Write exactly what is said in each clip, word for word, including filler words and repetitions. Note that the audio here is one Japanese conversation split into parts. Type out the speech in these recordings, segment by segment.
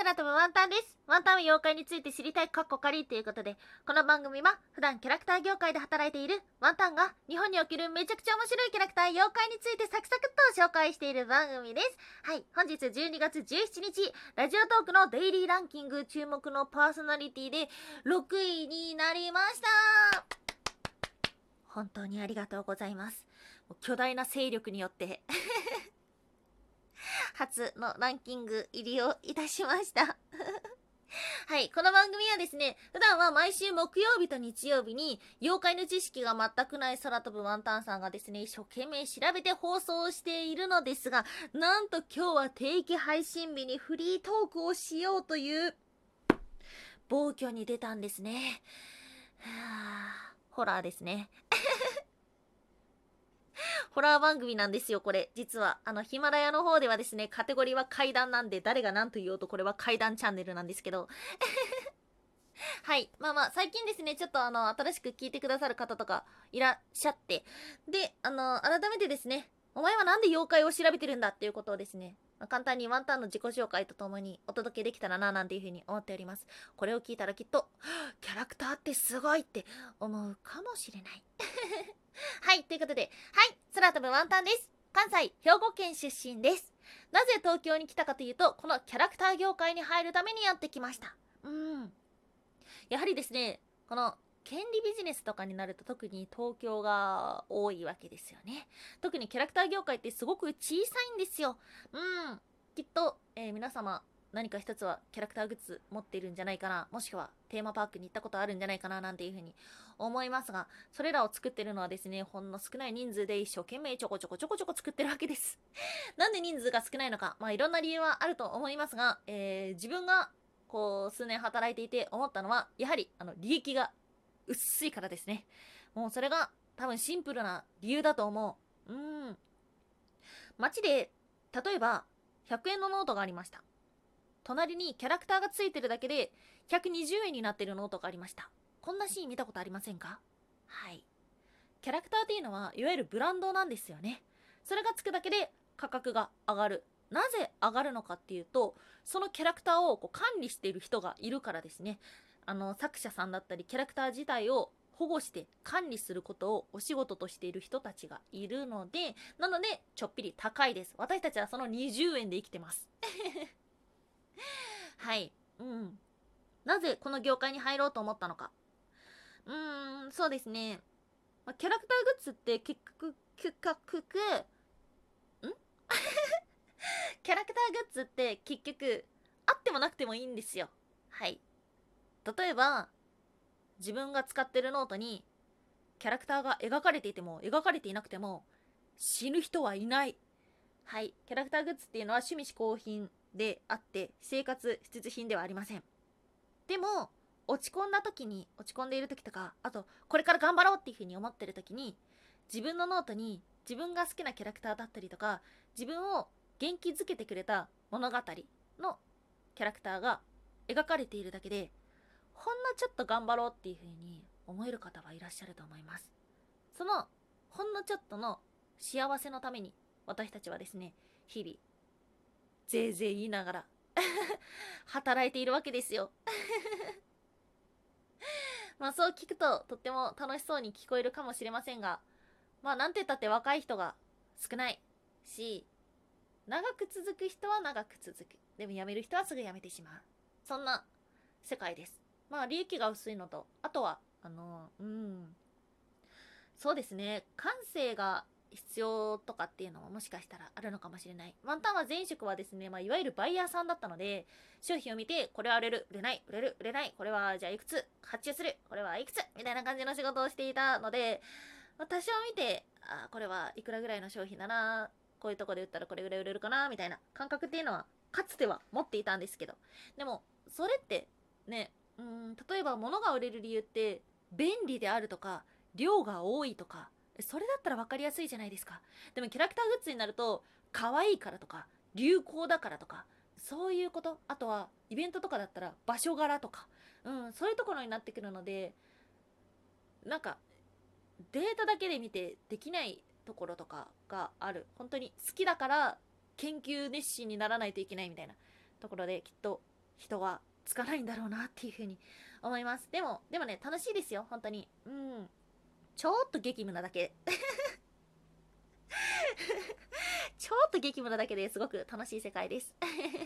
空飛ぶワンタンです。ワンタンは妖怪について知りたいカッコカリということで、この番組は普段キャラクター業界で働いているワンタンが日本におけるめちゃくちゃ面白いキャラクター妖怪についてサクサクっと紹介している番組です。はい、本日じゅうにがつじゅうしちにち、ラジオトークのデイリーランキング注目のパーソナリティでろくいになりました。本当にありがとうございます。巨大な勢力によって初のランキング入りをいたしましたはい、この番組はですね、普段は毎週木曜日と日曜日に妖怪の知識が全くない空飛ぶワンタンさんがですね、一生懸命調べて放送しているのですが、なんと今日は定期配信日にフリートークをしようという暴挙に出たんですね。はぁ、ホラーですね。ホラー番組なんですよ、これ。実は、あの、ヒマラヤの方ではですね、カテゴリーは怪談なんで、誰が何と言おうとこれは怪談チャンネルなんですけど。はい。まあまあ、最近ですね、ちょっとあの、新しく聞いてくださる方とかいらっしゃって。で、あの、改めてですね、お前はなんで妖怪を調べてるんだっていうことをですね、まあ、簡単にワンタンの自己紹介とともにお届けできたらな、なんていうふうに思っております。これを聞いたらきっと、キャラクターってすごいって思うかもしれない。はい、ということで、はい、空飛ぶワンタンです。関西、兵庫県出身です。なぜ東京に来たかというと、このキャラクター業界に入るためにやってきました。うん。やはりですね、この権利ビジネスとかになると特に東京が多いわけですよね。特にキャラクター業界ってすごく小さいんですよ。うん。きっと、えー皆様何か一つはキャラクターグッズ持っているんじゃないかな、もしくはテーマパークに行ったことあるんじゃないかななんていうふうに思いますが、それらを作ってるのはですね、ほんの少ない人数で一生懸命ちょこちょこちょこちょこ作ってるわけです。なんで人数が少ないのか、まあいろんな理由はあると思いますが、えー自分がこう数年働いていて思ったのは、やはりあの利益が薄いからですね。もうそれが多分シンプルな理由だと思う。うん。街で例えばひゃくえんのノートがありました。隣にキャラクターがついてるだけでひゃくにじゅうえんになってるノートがありました。こんなシーン見たことありませんか？はい。キャラクターっていうのはいわゆるブランドなんですよね。それがつくだけで価格が上がる。なぜ上がるのかっていうと、そのキャラクターをこう管理している人がいるからですね。あの作者さんだったりキャラクター自体を保護して管理することをお仕事としている人たちがいるので、なのでちょっぴり高いです。私たちはそのにじゅうえんで生きてますはい。うん。なぜこの業界に入ろうと思ったのか。うーん、そうですね。まあ、キャラクターグッズって結局、結局、んキャラクターグッズって結局、あってもなくてもいいんですよ。はい。例えば、自分が使ってるノートに、キャラクターが描かれていても、描かれていなくても、死ぬ人はいない。はい。キャラクターグッズっていうのは趣味嗜好品であって、生活必需品ではありません。でも、落ち込んだ時に、落ち込んでいる時とか、あと、これから頑張ろうっていう風に思ってる時に、自分のノートに自分が好きなキャラクターだったりとか、自分を元気づけてくれた物語のキャラクターが描かれているだけで、ほんのちょっと頑張ろうっていう風に思える方はいらっしゃると思います。その、ほんのちょっとの幸せのために、私たちはですね、日々、ぜいぜい言いながら働いているわけですよまあそう聞くととっても楽しそうに聞こえるかもしれませんが、まあなんて言ったって若い人が少ないし、長く続く人は長く続く。でも辞める人はすぐ辞めてしまう。そんな世界です。まあ利益が薄いのと、あとは、あの、うん、そうですね、感性が必要とかっていうのももしかしたらあるのかもしれない。ワンタンは前職はですね、まあ、いわゆるバイヤーさんだったので、商品を見て、これは売れる、売れない、売れる、売れない、これはじゃあいくつ発注する、これはいくつみたいな感じの仕事をしていたので、私を見て、あ、これはいくらぐらいの商品だな、こういうとこで売ったらこれぐらい売れるかな、みたいな感覚っていうのは、かつては持っていたんですけど、でも、それって、ね、うん、例えば物が売れる理由って、便利であるとか、量が多いとか、それだったら分かりやすいじゃないですか。でもキャラクターグッズになると、可愛いからとか、流行だからとか、そういうこと、あとはイベントとかだったら場所柄とか、うん、そういうところになってくるので、なんかデータだけで見てできないところとかがある。本当に好きだから研究熱心にならないといけないみたいなところで、きっと人がつかないんだろうなっていうふうに思います。でもでもね、楽しいですよ本当に。うん、ちょっと激務なだけちょっと激務なだけですごく楽しい世界です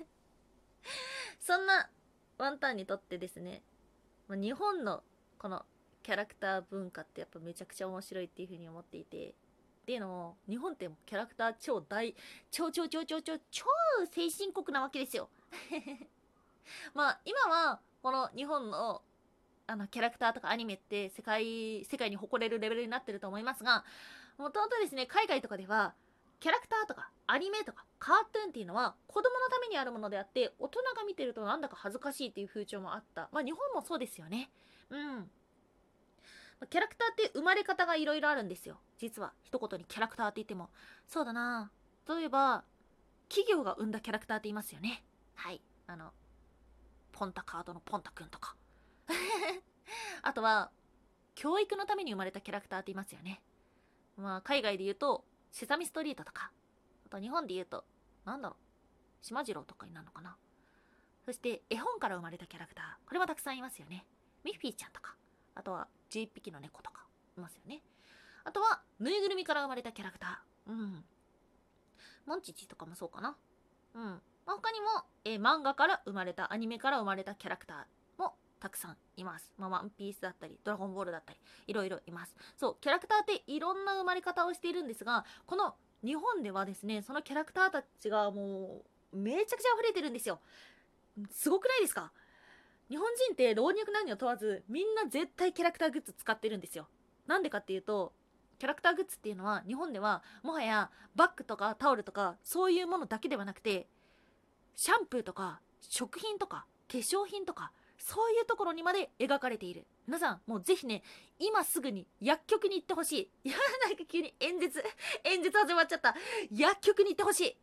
そんなワンタンにとってですね、日本のこのキャラクター文化ってやっぱめちゃくちゃ面白いっていう風に思っていて、っていうのも日本ってキャラクター超大超超超超超超先進国なわけですよまあ今はこの日本のあのキャラクターとかアニメって世界世界に誇れるレベルになってると思いますが、もともとですね、海外とかではキャラクターとかアニメとかカートゥーンっていうのは子供のためにあるものであって、大人が見てるとなんだか恥ずかしいっていう風潮もあった。まあ日本もそうですよね。うん。キャラクターって生まれ方がいろいろあるんですよ。実は一言にキャラクターって言っても、そうだな、例えば企業が生んだキャラクターって言いますよね。はい、あのポンタカードのポンタくんとかあとは教育のために生まれたキャラクターって言いますよね。まあ海外で言うとセサミストリートとか、あと日本で言うとなんだろう、島次郎とかになるのかな。そして絵本から生まれたキャラクター、これもたくさんいますよね。ミッフィーちゃんとか、あとはじゅういっぴきの猫とかいますよね。あとはぬいぐるみから生まれたキャラクター、うん、モンチッチとかもそうかな。うん、まあ、他にも、えー、漫画から生まれた、アニメから生まれたキャラクターもたくさんいます。まあ、ワンピースだったりドラゴンボールだったりいろいろいます。そう、キャラクターっていろんな生まれ方をしているんですが、この日本ではですね、そのキャラクターたちがもうめちゃくちゃ溢れてるんですよ。すごくないですか？日本人って老若男女問わずみんな絶対キャラクターグッズ使ってるんですよ。なんでかっていうと、キャラクターグッズっていうのは日本ではもはやバッグとかタオルとかそういうものだけではなくて、シャンプーとか食品とか化粧品とかそういうところにまで描かれている。皆さんもうぜひね、今すぐに薬局に行ってほしい。いや、なんか急に演説演説始まっちゃった。薬局に行ってほしい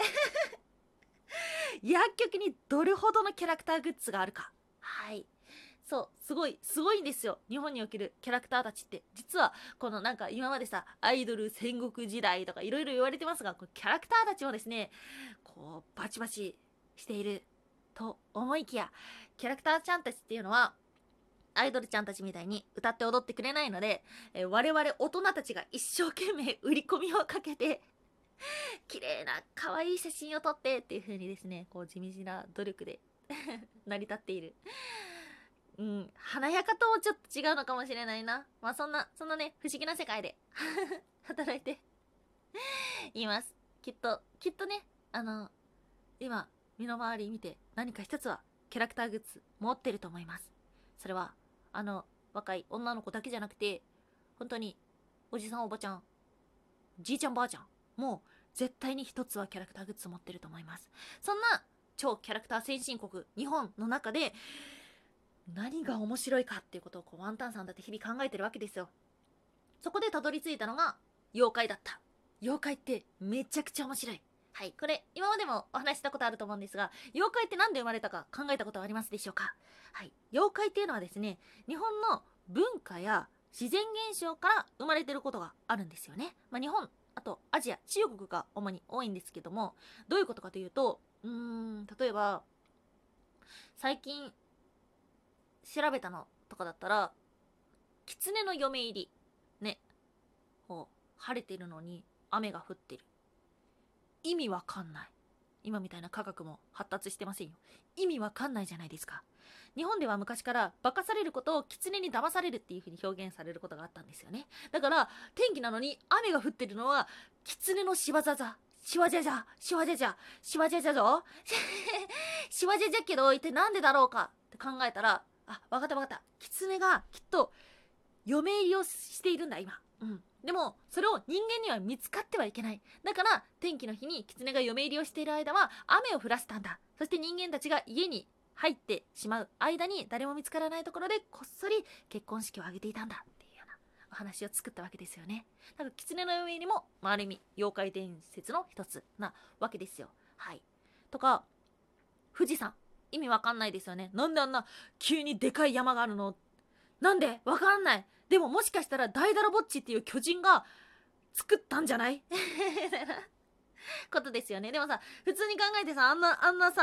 薬局にどれほどのキャラクターグッズがあるか。はい、そう、すごいすごいんですよ。日本におけるキャラクターたちって。実はこのなんか今までさ、アイドル戦国時代とかいろいろ言われてますが、こキャラクターたちもですね、こうバチバチしていると思いきや、キャラクターちゃんたちっていうのはアイドルちゃんたちみたいに歌って踊ってくれないので、え我々大人たちが一生懸命売り込みをかけて綺麗な可愛い写真を撮ってっていう風にですね、こう地道な努力で成り立っている。うん、華やかともちょっと違うのかもしれないな。まあそんなそんなね、不思議な世界で働いています。きっときっとね、あの今身の回り見て何か一つはキャラクターグッズ持ってると思います。それはあの若い女の子だけじゃなくて、本当におじさんおばちゃん、じいちゃんばあちゃんもう絶対に一つはキャラクターグッズ持ってると思います。そんな超キャラクター先進国日本の中で何が面白いかっていうことをこうワンタンさんだって日々考えてるわけですよ。そこでたどり着いたのが妖怪だった。妖怪ってめちゃくちゃ面白い。はい、これ今までもお話ししたことあると思うんですが、妖怪って何で生まれたか考えたことはありますでしょうか？はい、妖怪っていうのはですね、日本の文化や自然現象から生まれてることがあるんですよね。まあ、日本、あとアジア、中国が主に多いんですけども、どういうことかというと、うーん例えば最近調べたのとかだったら、狐の嫁入りね、こう晴れてるのに雨が降ってる、意味わかんない。今みたいな科学も発達してませんよ。意味わかんないじゃないですか。日本では昔から化かされることを狐に騙されるっていう風に表現されることがあったんですよね。だから天気なのに雨が降ってるのは狐の仕業だ、仕業じゃ仕業じゃ仕業じゃぞ仕業じゃけど一体なんでだろうかって考えたら、あ、わかったわかった、狐がきっと嫁入りをしているんだ今。うん、でもそれを人間には見つかってはいけない。だから天気の日に狐が嫁入りをしている間は雨を降らせたんだ。そして人間たちが家に入ってしまう間に誰も見つからないところでこっそり結婚式を挙げていたんだっていうようなお話を作ったわけですよね。だから狐の嫁入りも、まあ、ある意味妖怪伝説の一つなわけですよ。はい。とか富士山、意味わかんないですよね。なんであんな急にでかい山があるの、なんでわかんない。でももしかしたらダイダロボッチっていう巨人が作ったんじゃないことですよね。でもさ、普通に考えてさ、あんなあんなさ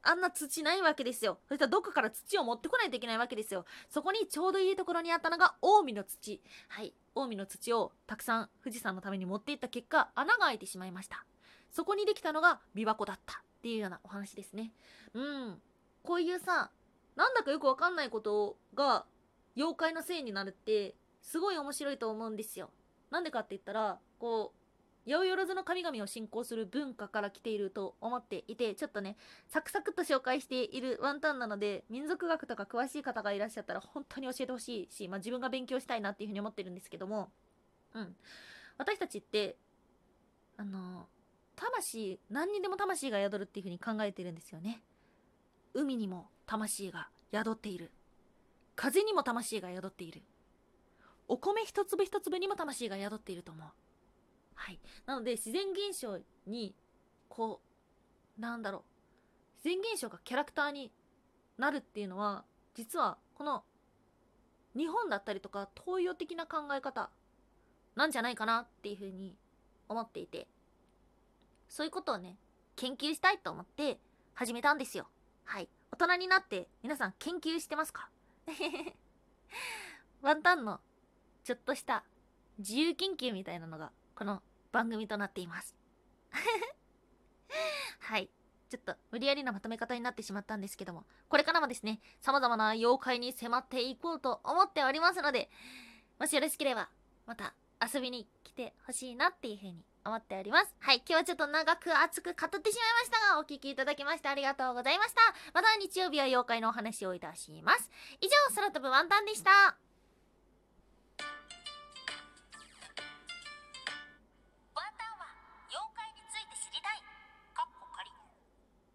あんな土ないわけですよ。そしたらどっかから土を持ってこないといけないわけですよ。そこにちょうどいいところにあったのが近江の土。はい。近江の土をたくさん富士山のために持っていった結果、穴が開いてしまいました。そこにできたのが琵琶湖だったっていうようなお話ですね。うん。こういうさ、なんだかよくわかんないことが妖怪のせいになるってすごい面白いと思うんですよ。なんでかって言ったら、こう、八百万の神々を信仰する文化から来ていると思っていて、ちょっとね、サクサクっと紹介しているワンタンなので、民族学とか詳しい方がいらっしゃったら本当に教えてほしいし、まあ自分が勉強したいなっていうふうに思ってるんですけども、うん。私たちって、あの、魂、何にでも魂が宿るっていうふうに考えてるんですよね。海にも魂が宿っている。風にも魂が宿っている。お米一粒一粒にも魂が宿っていると思う。はい。なので、自然現象に、こう、なんだろう。自然現象がキャラクターになるっていうのは、実は、この、日本だったりとか、東洋的な考え方、なんじゃないかなっていうふうに思っていて、そういうことをね、研究したいと思って始めたんですよ。はい。大人になって、皆さん研究してますか？ワンタンの、ちょっとした自由研究みたいなのが、この番組となっています。はい。ちょっと無理やりなまとめ方になってしまったんですけども、これからもですね、様々な妖怪に迫っていこうと思っておりますので、もしよろしければ、また遊びに来てほしいなっていう風に思っております。はい。今日はちょっと長く熱く語ってしまいましたが、お聞きいただきましてありがとうございました。また日曜日は妖怪のお話をいたします。以上、空飛ぶワンタンでした。